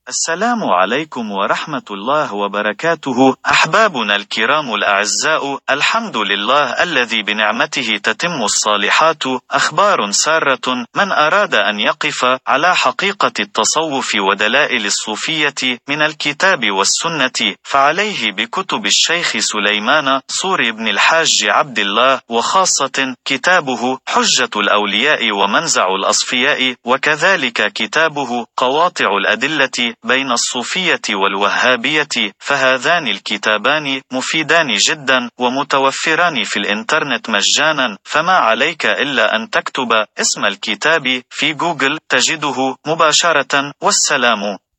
السلام عليكم ورحمة الله وبركاته. أحبابنا الكرام الأعزاء، الحمد لله الذي بنعمته تتم الصالحات. أخبار سارة. من أراد أن يقف على حقيقة التصوف ودلائل الصوفية من الكتاب والسنة فعليه بكتب الشيخ سليمان صور بن الحاج عبد الله، وخاصة كتابه حجة الأولياء ومنزع الأصفياء، وكذلك كتابه قواطع الأدلة بين الصوفية والوهابية، فهذان الكتابان مفيدان جدا ومتوفران في الإنترنت مجانا، فما عليك إلا أن تكتب اسم الكتاب في جوجل تجده مباشرة. والسلام.